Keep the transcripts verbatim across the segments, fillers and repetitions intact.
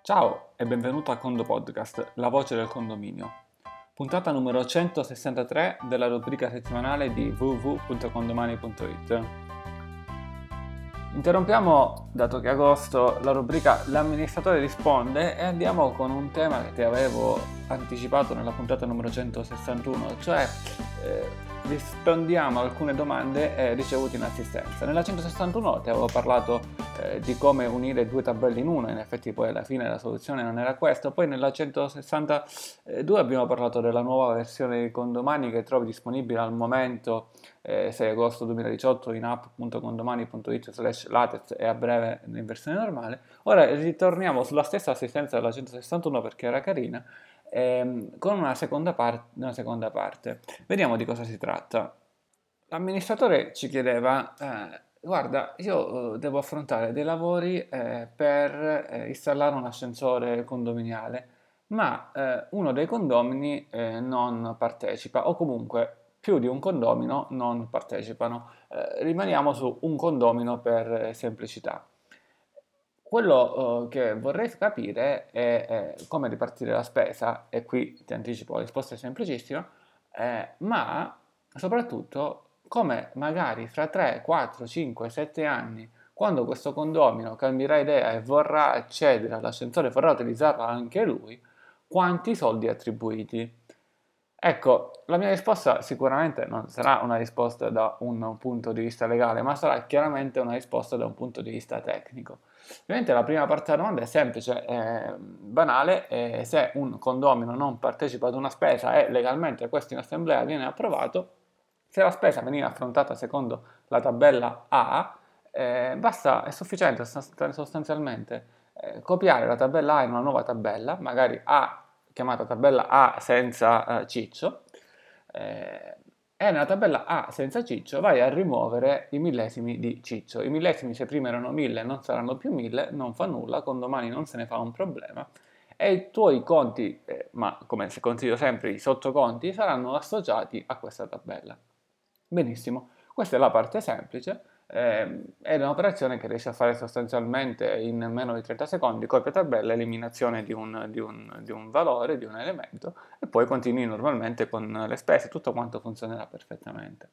Ciao e benvenuto a Condo Podcast, la voce del condominio. Puntata numero centosessantatré della rubrica settimanale di w w w punto condomani punto it. Interrompiamo, dato che è agosto, la rubrica L'amministratore risponde e andiamo con un tema che ti avevo anticipato nella puntata numero centosessantuno, cioè eh, rispondiamo a alcune domande eh, ricevute in assistenza. Nella centosessantuno ti avevo parlato eh, di come unire due tabelle in una, in effetti poi alla fine la soluzione non era questa. Poi nella centosessantadue abbiamo parlato della nuova versione di Condomani che trovi disponibile al momento eh, sei agosto duemiladiciotto in app punto condomani punto it slash latex e a breve in versione normale. Ora ritorniamo sulla stessa assistenza della centosessantuno perché era carina, ehm, con una seconda, par- una seconda parte. Vediamo di cosa si tratta. L'amministratore ci chiedeva, eh, guarda, io eh, devo affrontare dei lavori eh, per eh, installare un ascensore condominiale, ma eh, uno dei condomini eh, non partecipa, o comunque più di un condomino non partecipano. Eh, rimaniamo su un condomino per eh, semplicità. Quello eh, che vorrei capire è, eh, come ripartire la spesa, e qui ti anticipo, la risposta è semplicissima, eh, ma soprattutto come magari fra tre, quattro, cinque, sette anni, quando questo condomino cambierà idea e vorrà accedere all'ascensore, vorrà utilizzarlo anche lui, quanti soldi attribuiti? Ecco, la mia risposta sicuramente non sarà una risposta da un punto di vista legale, ma sarà chiaramente una risposta da un punto di vista tecnico. Ovviamente la prima parte della domanda è semplice, è banale, e se un condomino non partecipa ad una spesa e legalmente questo in assemblea viene approvato, se la spesa veniva affrontata secondo la tabella A, eh, basta, è sufficiente sostanzialmente eh, copiare la tabella A in una nuova tabella, magari A chiamata tabella A senza eh, ciccio, eh, e nella tabella A senza ciccio vai a rimuovere i millesimi di ciccio. I millesimi, se prima erano mille, non saranno più mille, non fa nulla, con domani non se ne fa un problema. E i tuoi conti, eh, ma come se consiglio sempre i sottoconti, saranno associati a questa tabella. Benissimo, questa è la parte semplice, eh, è un'operazione che riesci a fare sostanzialmente in meno di trenta secondi, copia tabella, eliminazione di un, di, un, di un valore, di un elemento, e poi continui normalmente con le spese, tutto quanto funzionerà perfettamente.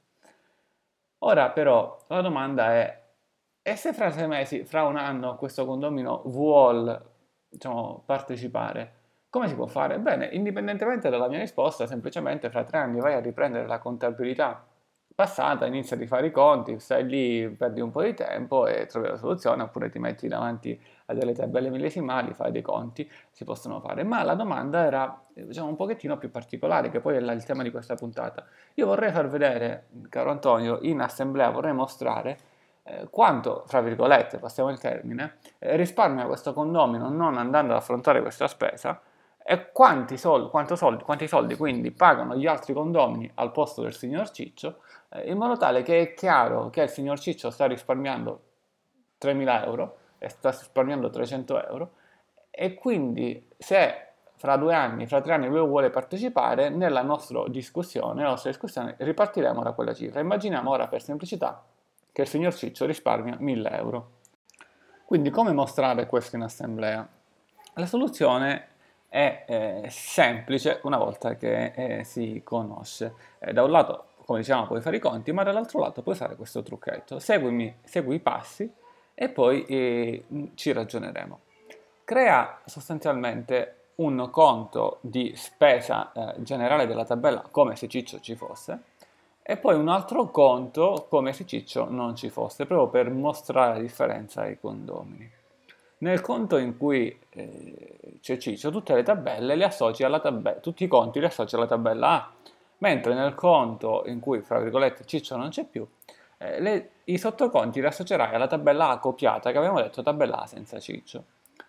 Ora però la domanda è, e se fra sei mesi, fra un anno, questo condomino vuole, diciamo, partecipare, come si può fare? Bene, indipendentemente dalla mia risposta, semplicemente fra tre anni vai a riprendere la contabilità passata, inizi a rifare i conti, stai lì, perdi un po' di tempo e trovi la soluzione, oppure ti metti davanti a delle tabelle millesimali, fai dei conti, si possono fare. Ma la domanda era, diciamo, un pochettino più particolare, che poi è il tema di questa puntata. Io vorrei far vedere, caro Antonio, in assemblea vorrei mostrare eh, quanto, fra virgolette, passiamo il termine, eh, risparmia questo condomino non andando ad affrontare questa spesa e quanti soldi, quanto soldi, quanti soldi quindi pagano gli altri condomini al posto del signor Ciccio, eh, in modo tale che è chiaro che il signor Ciccio sta risparmiando tremila euro e sta risparmiando trecento euro, e quindi se fra due anni, fra tre anni lui vuole partecipare, nella nostra discussione, nella nostra discussione ripartiremo da quella cifra. Immaginiamo ora per semplicità che il signor Ciccio risparmia mille euro. Quindi come mostrare questo in assemblea? La soluzione è eh, semplice una volta che eh, si conosce. Eh, da un lato, come diciamo, puoi fare i conti, ma dall'altro lato puoi fare questo trucchetto. Seguimi, segui i passi e poi eh, ci ragioneremo. Crea sostanzialmente un conto di spesa eh, generale della tabella come se Ciccio ci fosse e poi un altro conto come se Ciccio non ci fosse, proprio per mostrare la differenza ai condomini. Nel conto in cui eh, c'è Ciccio, tutte le tabelle le associ alla tabella, tutti i conti li associ alla tabella A, mentre nel conto in cui, fra virgolette, Ciccio non c'è più, eh, le, i sottoconti li associerai alla tabella A copiata, che abbiamo detto tabella A senza Ciccio.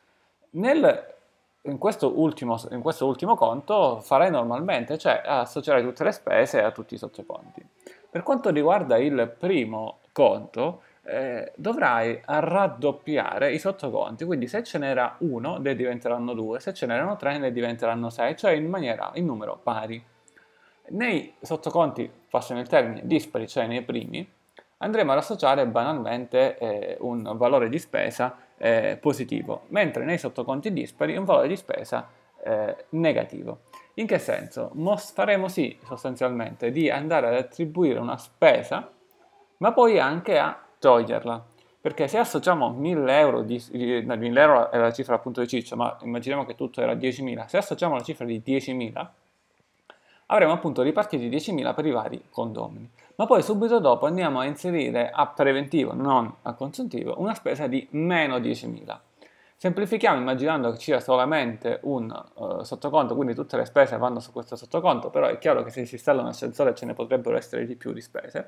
Nel, in, questo ultimo, in questo ultimo conto farai normalmente, cioè associerai tutte le spese a tutti i sottoconti. Per quanto riguarda il primo conto, eh, dovrai raddoppiare i sottoconti, quindi se ce n'era uno ne diventeranno due, se ce n'erano tre ne diventeranno sei, cioè in maniera, in numero pari. Nei sottoconti, passano il termine, dispari, cioè nei primi, andremo ad associare banalmente eh, un valore di spesa eh, positivo, mentre nei sottoconti dispari un valore di spesa eh, negativo. In che senso? Mos- faremo sì sostanzialmente di andare ad attribuire una spesa, ma poi anche a toglierla. Perché se associamo mille euro, di, no, mille euro è la cifra appunto di Ciccio, ma immaginiamo che tutto era diecimila, se associamo la cifra di diecimila, avremo appunto ripartiti diecimila per i vari condomini. Ma poi subito dopo andiamo a inserire a preventivo, non a consuntivo, una spesa di meno diecimila. Semplifichiamo immaginando che ci sia solamente un uh, sottoconto, quindi tutte le spese vanno su questo sottoconto, però è chiaro che se si installa un ascensore ce ne potrebbero essere di più di spese.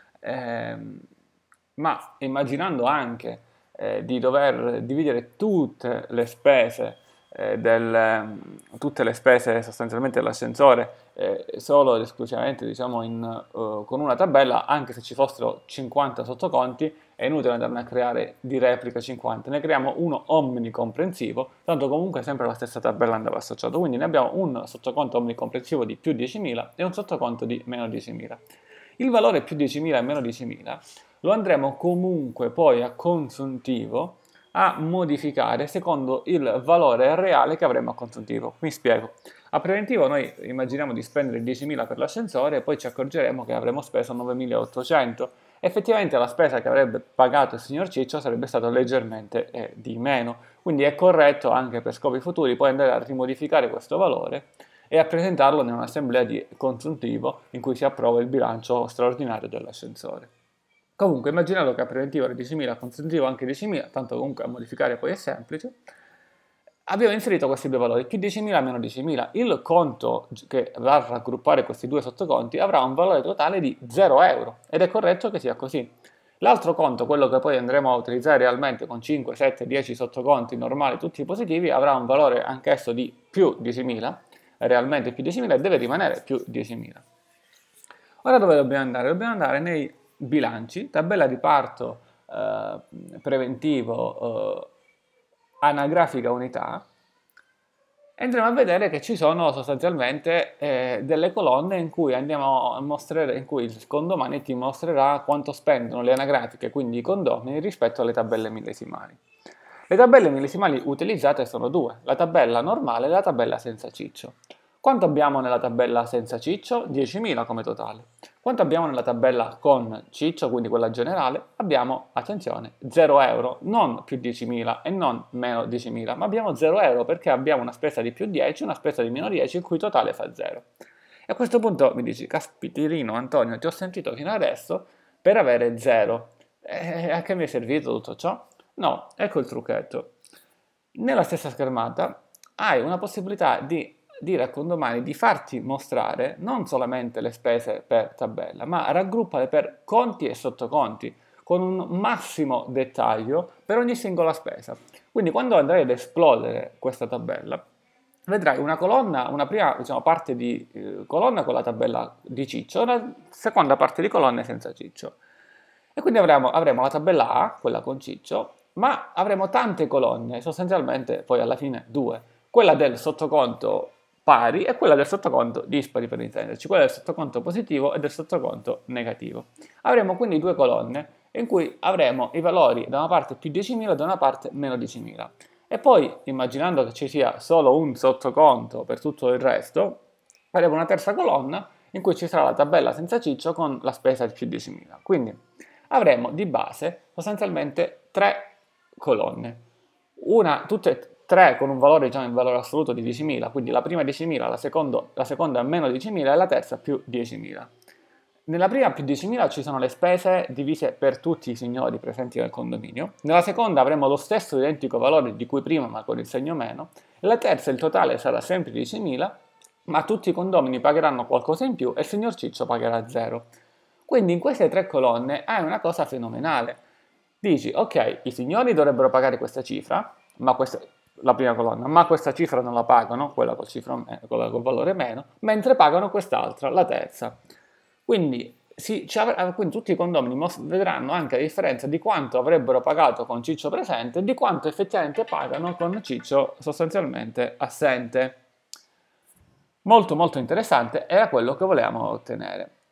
Ehm, ma immaginando anche eh, di dover dividere tutte le spese eh, del, tutte le spese sostanzialmente dell'ascensore eh, solo ed esclusivamente diciamo in, uh, con una tabella, anche se ci fossero cinquanta sottoconti è inutile andarne a creare di replica cinquanta, ne creiamo uno omnicomprensivo, tanto comunque sempre la stessa tabella andava associata, quindi ne abbiamo un sottoconto omnicomprensivo di più diecimila e un sottoconto di meno diecimila. Il valore più diecimila e meno diecimila lo andremo comunque poi a consuntivo a modificare secondo il valore reale che avremo a consuntivo. Mi spiego. A preventivo noi immaginiamo di spendere diecimila per l'ascensore e poi ci accorgeremo che avremo speso novemilaottocento. Effettivamente la spesa che avrebbe pagato il signor Ciccio sarebbe stata leggermente eh, di meno, quindi è corretto anche per scopi futuri poi andare a rimodificare questo valore e a presentarlo in un'assemblea di consuntivo in cui si approva il bilancio straordinario dell'ascensore. Comunque immaginate che a preventivo era diecimila, a consuntivo anche diecimila, tanto comunque a modificare poi è semplice. Abbiamo inserito questi due valori, più diecimila meno diecimila. Il conto che va a raggruppare questi due sottoconti avrà un valore totale di zero euro ed è corretto che sia così. L'altro conto, quello che poi andremo a utilizzare realmente con cinque, sette, dieci sottoconti normali, tutti positivi, avrà un valore anch'esso di più diecimila, realmente più diecimila e deve rimanere più diecimila. Ora dove dobbiamo andare? Dobbiamo andare nei bilanci, tabella di parto eh, preventivo eh, anagrafica unità e andremo a vedere che ci sono sostanzialmente eh, delle colonne in cui andiamo a mostrare, in cui il condomani ti mostrerà quanto spendono le anagrafiche, quindi i condomini, rispetto alle tabelle millesimali. Le tabelle millesimali utilizzate sono due, la tabella normale e la tabella senza ciccio. Quanto abbiamo nella tabella senza ciccio? diecimila come totale. Quanto abbiamo nella tabella con ciccio, quindi quella generale? Abbiamo, attenzione, zero euro, non più diecimila e non meno diecimila, ma abbiamo zero euro perché abbiamo una spesa di più dieci, una spesa di meno dieci, il cui totale fa zero. E a questo punto mi dici, caspiterino Antonio, ti ho sentito fino adesso per avere zero. E a che mi è servito tutto ciò? No, ecco il trucchetto. Nella stessa schermata hai una possibilità di dire a condomani di farti mostrare non solamente le spese per tabella, ma raggruppale per conti e sottoconti, con un massimo dettaglio per ogni singola spesa. Quindi quando andrai ad esplodere questa tabella, vedrai una colonna, una prima diciamo, parte di eh, colonna con la tabella di ciccio, una seconda parte di colonne senza ciccio. E quindi avremo, avremo la tabella A, quella con ciccio, ma avremo tante colonne, sostanzialmente poi alla fine due. Quella del sottoconto pari e quella del sottoconto dispari per intenderci, quella del sottoconto positivo e del sottoconto negativo. Avremo quindi due colonne in cui avremo i valori da una parte più diecimila e da una parte meno diecimila. E poi, immaginando che ci sia solo un sottoconto per tutto il resto, avremo una terza colonna in cui ci sarà la tabella senza ciccio con la spesa di più diecimila. Quindi avremo di base sostanzialmente tre colonne, una, tutte tre con un valore, diciamo, in valore assoluto di diecimila, quindi la prima diecimila, la, secondo, la seconda meno diecimila e la terza più diecimila. Nella prima più diecimila ci sono le spese divise per tutti i signori presenti nel condominio, nella seconda avremo lo stesso identico valore di cui prima ma con il segno meno, e la terza il totale sarà sempre diecimila, ma tutti i condomini pagheranno qualcosa in più e il signor Ciccio pagherà zero. Quindi in queste tre colonne hai una cosa fenomenale. Dici, ok, i signori dovrebbero pagare questa cifra, ma questa, la prima colonna, ma questa cifra non la pagano, quella col, cifra, quella col valore meno, mentre pagano quest'altra, la terza. Quindi, si, quindi tutti i condomini vedranno anche la differenza di quanto avrebbero pagato con Ciccio presente e di quanto effettivamente pagano con Ciccio sostanzialmente assente. Molto molto interessante, era quello che volevamo ottenere.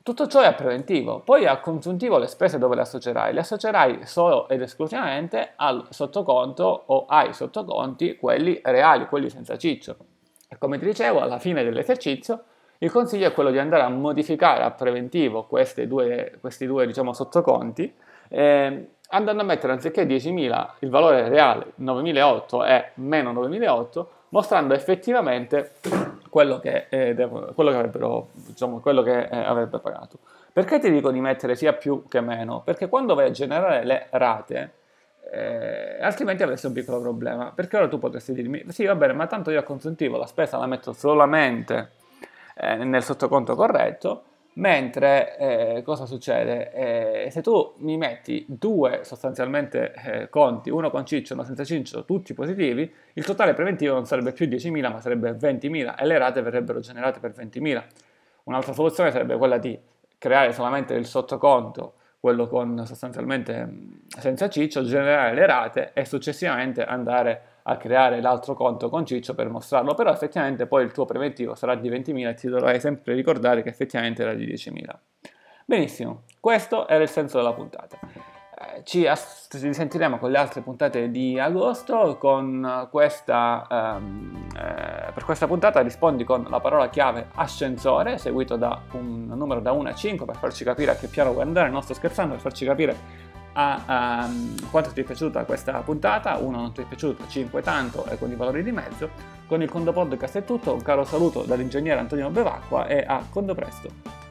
Tutto ciò è a preventivo, poi a consuntivo le spese dove le associerai? Le associerai solo ed esclusivamente al sottoconto o ai sottoconti, quelli reali, quelli senza ciccio. E come ti dicevo, alla fine dell'esercizio il consiglio è quello di andare a modificare a preventivo questi due, questi due diciamo, sottoconti, eh, andando a mettere anziché diecimila il valore reale novemilaotto e meno novemilaotto, mostrando effettivamente quello che, eh, devo, quello che avrebbero, diciamo, quello che eh, avrebbe pagato. Perché ti dico di mettere sia più che meno? Perché quando vai a generare le rate, eh, altrimenti avresti un piccolo problema. Perché ora tu potresti dirmi, sì va bene, ma tanto io a consuntivo la spesa la metto solamente eh, nel sottoconto corretto, mentre eh, cosa succede? Eh, se tu mi metti due sostanzialmente eh, conti, uno con ciccio e uno senza ciccio, tutti positivi, il totale preventivo non sarebbe più diecimila ma sarebbe ventimila e le rate verrebbero generate per ventimila. Un'altra soluzione sarebbe quella di creare solamente il sottoconto, quello con sostanzialmente senza ciccio, generare le rate e successivamente andare a creare l'altro conto con ciccio per mostrarlo, però effettivamente poi il tuo preventivo sarà di ventimila e ti dovrai sempre ricordare che effettivamente era di diecimila. Benissimo, questo era il senso della puntata. Eh, ci risentiremo con le altre puntate di agosto. Con questa, um, eh, per questa puntata rispondi con la parola chiave ascensore, seguito da un numero da uno a cinque per farci capire a che piano vuoi andare. Non sto scherzando, per farci capire a um, quanto ti è piaciuta questa puntata. Uno non ti è piaciuto, cinque tanto, e con i valori di mezzo. Con il Condo Podcast è tutto, un caro saluto dall'ingegnere Antonio Bevacqua e a Condo presto.